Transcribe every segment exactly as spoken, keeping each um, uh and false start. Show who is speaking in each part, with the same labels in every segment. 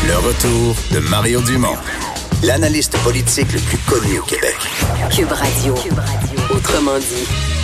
Speaker 1: Le retour de Mario Dumont, l'analyste politique le plus connu au Québec.
Speaker 2: Cube Radio. Cube Radio. Autrement dit.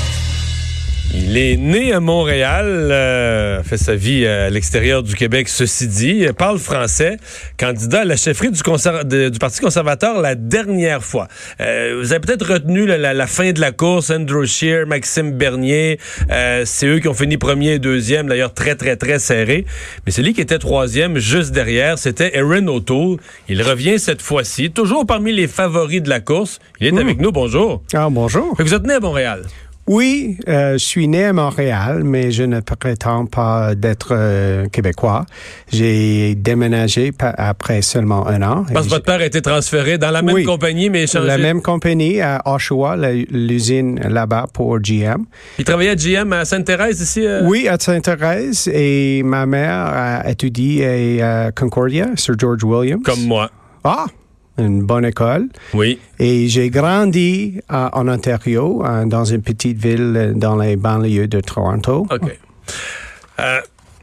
Speaker 3: Il est né à Montréal, euh, fait sa vie à l'extérieur du Québec, ceci dit. Il parle français, candidat à la chefferie du, conser- de, du Parti conservateur la dernière fois. Euh, vous avez peut-être retenu la, la, la fin de la course, Andrew Scheer, Maxime Bernier. Euh, c'est eux qui ont fini premier et deuxième, d'ailleurs très, très, très serré. Mais celui qui était troisième, juste derrière, c'était Erin O'Toole. Il revient cette fois-ci, toujours parmi les favoris de la course. Il est mmh. avec nous, bonjour.
Speaker 4: Ah, bonjour.
Speaker 3: Fait que vous êtes né à Montréal.
Speaker 4: Oui, euh, je suis né à Montréal, mais je ne prétends pas d'être euh, québécois. J'ai déménagé pa- après seulement un an.
Speaker 3: Parce que votre père a été transféré dans la même
Speaker 4: oui,
Speaker 3: compagnie, mais échangé.
Speaker 4: La même compagnie à Oshawa, la, l'usine là-bas pour G M.
Speaker 3: Il travaillait à G M à Sainte-Thérèse ici? Euh...
Speaker 4: Oui, à Sainte-Thérèse. Et ma mère a étudié à Concordia, Sir George Williams.
Speaker 3: Comme moi.
Speaker 4: Ah! Une bonne école.
Speaker 3: Oui.
Speaker 4: Et j'ai grandi euh, en Ontario, euh, dans une petite ville dans les banlieues de Toronto.
Speaker 3: OK. Euh,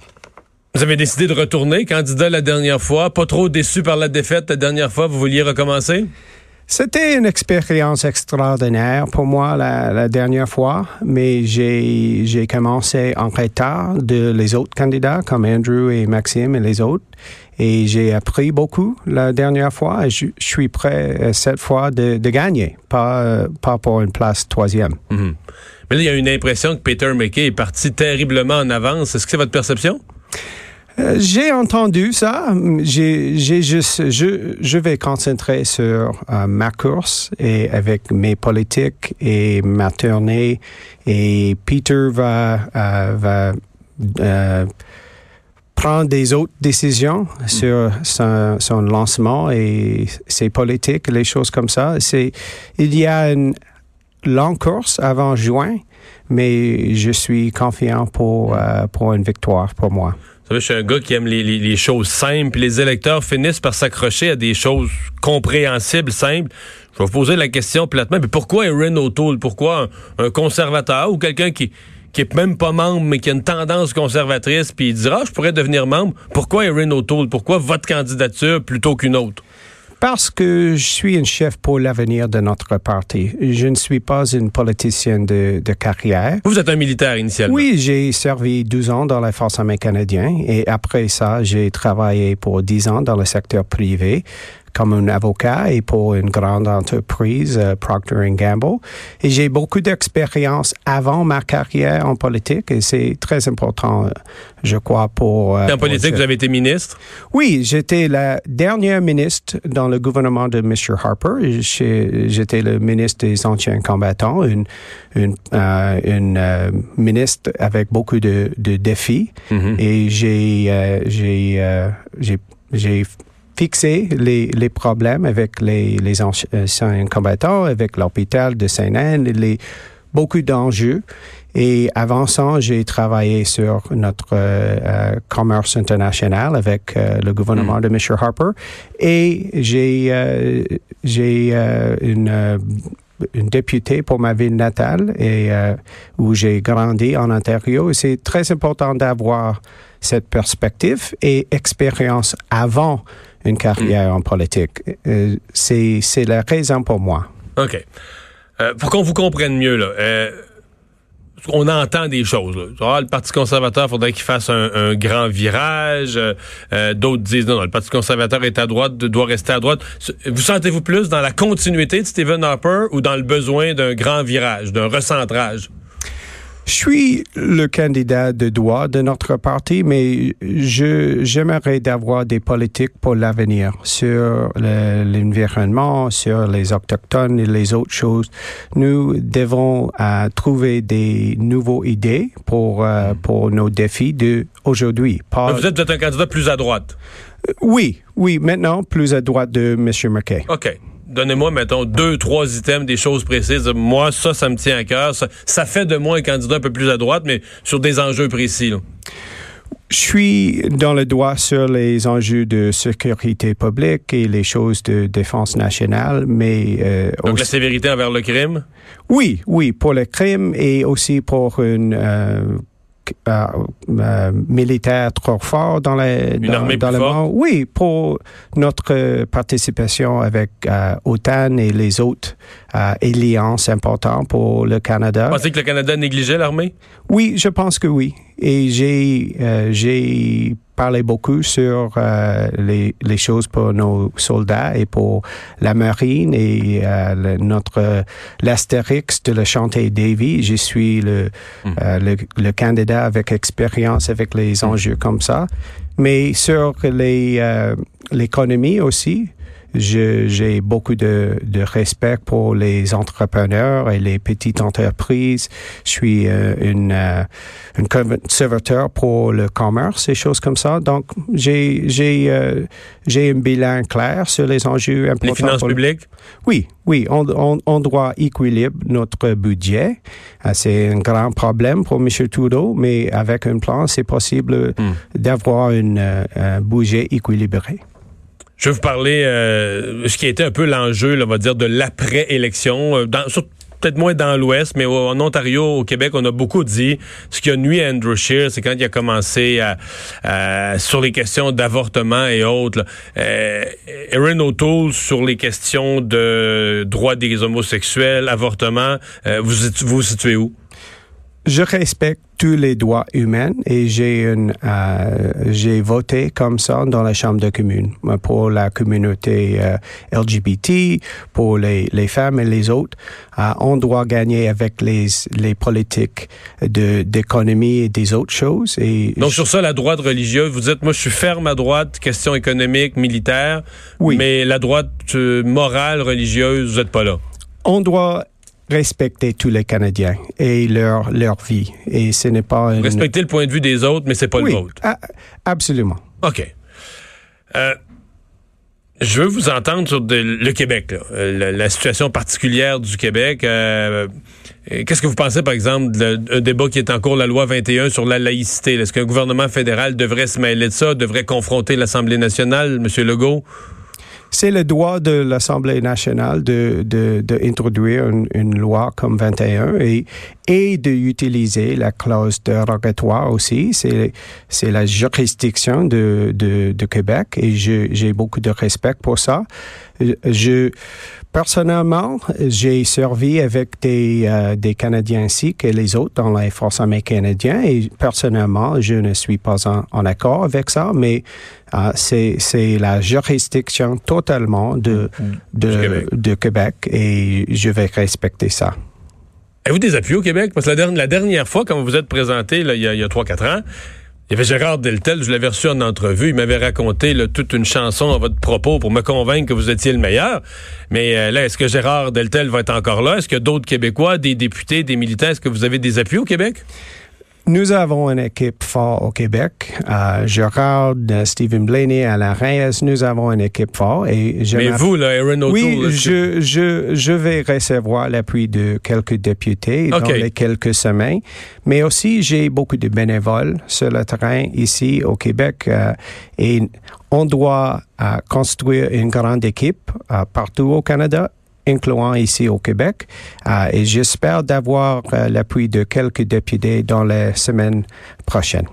Speaker 3: vous avez décidé de retourner, candidat la dernière fois. Pas trop déçu par la défaite la dernière fois. Vous vouliez recommencer?
Speaker 4: C'était une expérience extraordinaire pour moi la, la dernière fois, mais j'ai, j'ai commencé en retard de les autres candidats comme Andrew et Maxime et les autres. Et j'ai appris beaucoup la dernière fois et je, je suis prêt cette fois de, de gagner, pas, euh, pas pour une place troisième.
Speaker 3: Mm-hmm. Mais là, il y a une impression que Peter MacKay est parti terriblement en avance. Est-ce que c'est votre perception?
Speaker 4: Euh, j'ai entendu ça. J'ai, j'ai juste, je, je vais concentrer sur euh, ma course et avec mes politiques et ma tournée. Et Peter va, euh, va euh, prendre des autres décisions mm. sur son, son lancement et ses politiques, les choses comme ça. C'est, il y a une longue course avant juin, mais je suis confiant pour, euh, pour une victoire pour moi.
Speaker 3: Vous savez, je suis un gars qui aime les, les, les choses simples, puis les électeurs finissent par s'accrocher à des choses compréhensibles, simples. Je vais vous poser la question platement, mais pourquoi Erin O'Toole? Pourquoi un, un conservateur ou quelqu'un qui, qui est même pas membre, mais qui a une tendance conservatrice, puis il dira, ah, je pourrais devenir membre. Pourquoi Erin O'Toole? Pourquoi votre candidature plutôt qu'une autre?
Speaker 4: Parce que je suis un chef pour l'avenir de notre parti. Je ne suis pas une politicienne de, de carrière.
Speaker 3: Vous êtes un militaire initialement.
Speaker 4: Oui, j'ai servi douze ans dans la Force armée canadienne et après ça, j'ai travaillé pour dix ans dans le secteur privé comme un avocat et pour une grande entreprise, uh, Procter and Gamble. Et j'ai beaucoup d'expérience avant ma carrière en politique et c'est très important, je crois, pour... Uh,
Speaker 3: en politique, pour... vous avez été ministre?
Speaker 4: Oui, j'étais la dernière ministre dans le gouvernement de M. Harper. J'étais le ministre des anciens combattants, une, une, uh, une uh, ministre avec beaucoup de, de défis. Mm-hmm. Et j'ai... Uh, j'ai, uh, j'ai, j'ai fixer les, les problèmes avec les, les anciens combattants, avec l'hôpital de Sainte-Anne, les, beaucoup d'enjeux. Et avant ça, j'ai travaillé sur notre euh, commerce international avec euh, le gouvernement mmh. de M. Harper. Et j'ai, euh, j'ai euh, une... Euh, une députée pour ma ville natale et euh, où j'ai grandi en Ontario. Et c'est très important d'avoir cette perspective et expérience avant une carrière mmh. en politique. Euh, c'est, c'est la raison pour moi.
Speaker 3: OK. Euh, pour qu'on vous comprenne mieux, là, euh, on entend des choses. Là. Ah, le Parti conservateur, il faudrait qu'il fasse un, un grand virage. Euh, d'autres disent non, non, le Parti conservateur est à droite, doit rester à droite. Vous sentez-vous plus dans la continuité de Stephen Harper ou dans le besoin d'un grand virage, d'un recentrage?
Speaker 4: Je suis le candidat de droit de notre parti, mais je, j'aimerais d'avoir des politiques pour l'avenir sur le, l'environnement, sur les Autochtones et les autres choses. Nous devons euh, trouver des nouvelles idées pour, euh, pour nos défis d'aujourd'hui. Pas...
Speaker 3: Vous êtes, vous êtes un candidat plus à droite?
Speaker 4: Oui, oui, maintenant plus à droite de M. MacKay.
Speaker 3: OK. Donnez-moi, mettons, deux, trois items, des choses précises. Moi, ça, ça me tient à cœur. Ça, ça fait de moi un candidat un peu plus à droite, mais sur des enjeux précis, là.
Speaker 4: Je suis dans le droit sur les enjeux de sécurité publique et les choses de défense nationale, mais... Euh,
Speaker 3: Donc,
Speaker 4: aussi...
Speaker 3: la sévérité envers le crime?
Speaker 4: Oui, oui, pour le crime et aussi pour une... Euh, euh, euh, militaire trop fort dans, les,
Speaker 3: Une
Speaker 4: dans,
Speaker 3: armée
Speaker 4: dans
Speaker 3: plus
Speaker 4: le
Speaker 3: forte?
Speaker 4: monde. Oui, pour notre participation avec euh, OTAN et les autres euh, alliances importantes pour le Canada.
Speaker 3: Vous pensez que le Canada négligeait l'armée?
Speaker 4: Oui, je pense que oui. Et j'ai euh, j'ai parlé beaucoup sur euh, les, les choses pour nos soldats et pour la marine et euh, le, notre euh, l'astérix de la Chanté Davy. Je suis le, mmh. euh, le le candidat avec expérience avec les enjeux comme ça. Mais sur les euh, l'économie aussi. Je, j'ai beaucoup de, de respect pour les entrepreneurs et les petites entreprises. Je suis euh, une, euh, une conservateur pour le commerce et choses comme ça. Donc, j'ai, j'ai, euh, j'ai un bilan clair sur les enjeux importants.
Speaker 3: Les finances
Speaker 4: pour
Speaker 3: publiques?
Speaker 4: Oui, oui. On, on, on doit équilibrer notre budget. C'est un grand problème pour M. Trudeau, mais avec un plan, c'est possible mm. d'avoir une, un budget équilibré.
Speaker 3: Je vais vous parler euh, ce qui a été un peu l'enjeu, là, on va dire, de l'après-élection, euh, dans, sur, peut-être moins dans l'Ouest, mais en Ontario, au Québec, on a beaucoup dit ce qui a nuit à Andrew Scheer, c'est quand il a commencé à, à, sur les questions d'avortement et autres. Là, euh, Erin O'Toole sur les questions de droits des homosexuels, avortement, euh, vous vous vous situez où?
Speaker 4: Je respecte tous les droits humains et j'ai une, euh, j'ai voté comme ça dans la Chambre de communes pour la communauté euh, L G B T, pour les, les femmes et les autres. Euh, on doit gagner avec les, les politiques de, d'économie et des autres choses. Et
Speaker 3: donc,
Speaker 4: je...
Speaker 3: sur ça, la droite religieuse, vous dites, moi, je suis ferme à droite, question économique, militaire,
Speaker 4: oui.
Speaker 3: Mais la droite euh, morale, religieuse, vous n'êtes pas là.
Speaker 4: On doit respecter tous les Canadiens et leur leur vie. Et ce n'est pas... Une...
Speaker 3: Respecter le point de vue des autres, mais c'est pas
Speaker 4: oui,
Speaker 3: le vôtre.
Speaker 4: A- absolument.
Speaker 3: OK. Euh, je veux vous entendre sur de, le Québec, là, la, la situation particulière du Québec. Euh, qu'est-ce que vous pensez, par exemple, d'un débat qui est en cours, la loi vingt et un sur la laïcité? Là? Est-ce qu'un gouvernement fédéral devrait se mêler de ça, devrait confronter l'Assemblée nationale, M. Legault?
Speaker 4: C'est le droit de l'Assemblée nationale de, de, de introduire une, une loi comme vingt et un et, et d'utiliser la clause dérogatoire aussi. C'est, c'est la juridiction de, de, de Québec et je, j'ai beaucoup de respect pour ça. Je, personnellement, j'ai servi avec des, euh, des Canadiens sikhs et les autres dans les forces armées canadiennes et personnellement, je ne suis pas en, en accord avec ça, mais euh, c'est, c'est la juridiction totalement de, de, Québec. de Québec et je vais respecter ça.
Speaker 3: Avez-vous des appuis au Québec? Parce que la dernière, la dernière fois, quand vous vous êtes présenté, là, il y a, il y a trois quatre ans, il y avait Gérard Deltel, je l'avais reçu en entrevue, il m'avait raconté là, toute une chanson à votre propos pour me convaincre que vous étiez le meilleur. Mais euh, là, est-ce que Gérard Deltel va être encore là? Est-ce qu'il y a d'autres Québécois, des députés, des militants? Est-ce que vous avez des appuis au Québec?
Speaker 4: Nous avons une équipe forte au Québec. Euh, Gérard, Stephen Blaney, Alain Reyes, nous avons une équipe forte. Et je
Speaker 3: Mais vous, là, Erin O'Toole...
Speaker 4: Oui,
Speaker 3: là,
Speaker 4: je, je, je vais recevoir l'appui de quelques députés okay. dans les quelques semaines. Mais aussi, j'ai beaucoup de bénévoles sur le terrain ici au Québec. Euh, et on doit euh, construire une grande équipe euh, partout au Canada, incluant ici au Québec. Euh, et j'espère d'avoir euh, l'appui de quelques députés dans les semaines prochaines.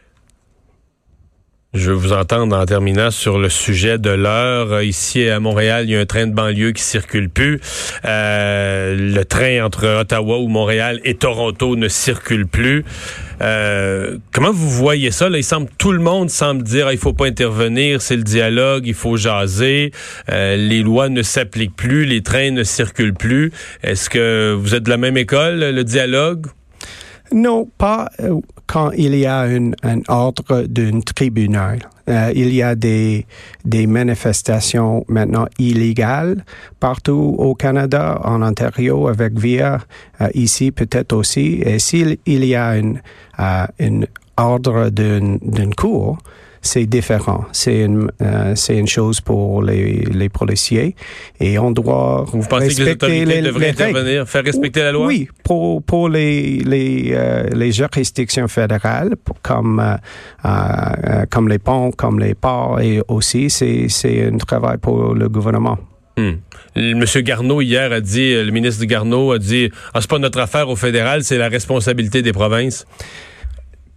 Speaker 3: Je veux vous entendre en terminant sur le sujet de l'heure. Ici à Montréal, il y a un train de banlieue qui circule plus. Euh, le train entre Ottawa ou Montréal et Toronto ne circule plus. Euh, comment vous voyez ça? Là, il semble, tout le monde semble dire ah, il faut pas intervenir, c'est le dialogue, il faut jaser. Euh, les lois ne s'appliquent plus, les trains ne circulent plus. Est-ce que vous êtes de la même école, le dialogue?
Speaker 4: Non, pas euh, quand il y a un, un ordre d'un tribunal. Euh, il y a des, des manifestations maintenant illégales partout au Canada, en Ontario, avec V I A, euh, ici peut-être aussi. Et s'il il y a un euh, un ordre d'une, d'une cour, c'est différent. C'est une, euh, c'est une chose pour les, les policiers et on doit
Speaker 3: Vous pensez
Speaker 4: respecter
Speaker 3: que les autorités
Speaker 4: les,
Speaker 3: devraient
Speaker 4: les
Speaker 3: intervenir,
Speaker 4: règles.
Speaker 3: faire respecter la loi?
Speaker 4: Oui, pour, pour les, les, euh, les juridictions fédérales, pour, comme, euh, euh, comme les ponts, comme les ports, et aussi, c'est, c'est un travail pour le gouvernement.
Speaker 3: Hmm. Monsieur Garneau, hier, a dit, le ministre Garneau a dit, ah, c'est pas notre affaire au fédéral, c'est la responsabilité des provinces.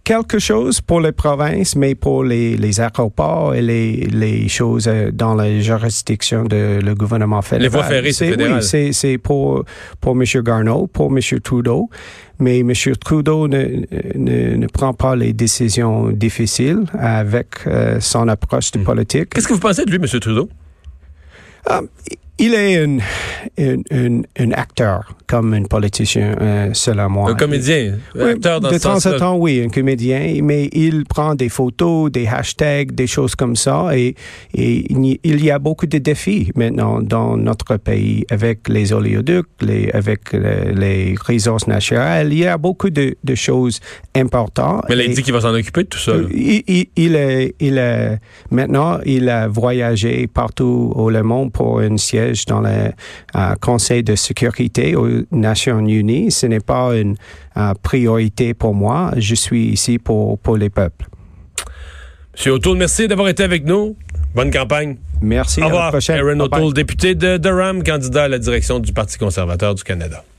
Speaker 4: quelque chose pour les provinces, mais pour les, les aéroports et les, les choses dans la juridiction de le gouvernement fédéral.
Speaker 3: Les voies ferrées, c'est, c'est fédéral.
Speaker 4: Oui, c'est, c'est pour, pour M. Garneau, pour M. Trudeau. Mais M. Trudeau ne, ne, ne prend pas les décisions difficiles avec euh, son approche de politique.
Speaker 3: Qu'est-ce que vous pensez de lui, M. Trudeau?
Speaker 4: Um, il est un, un, un, un acteur, comme un politicien, euh, selon moi.
Speaker 3: Un comédien,
Speaker 4: oui,
Speaker 3: acteur dans
Speaker 4: de
Speaker 3: ce
Speaker 4: temps
Speaker 3: sens-là.
Speaker 4: en temps, oui, un comédien, mais il prend des photos, des hashtags, des choses comme ça, et, et il y a beaucoup de défis maintenant dans notre pays avec les oléoducs, les, avec les, les ressources naturelles. Il y a beaucoup de, de choses importantes.
Speaker 3: Mais là, il dit qu'il va s'en occuper de tout ça.
Speaker 4: Il, il, il, est, il est, maintenant, il a voyagé partout au le monde pour un siège dans le uh, Conseil de sécurité aux Nations Unies. Ce n'est pas une uh, priorité pour moi. Je suis ici pour, pour les peuples.
Speaker 3: Monsieur O'Toole, merci d'avoir été avec nous. Bonne campagne.
Speaker 4: Merci.
Speaker 3: Au revoir.
Speaker 4: À la prochaine.
Speaker 3: Erin
Speaker 4: Bye-bye.
Speaker 3: O'Toole, député de Durham, candidat à la direction du Parti conservateur du Canada.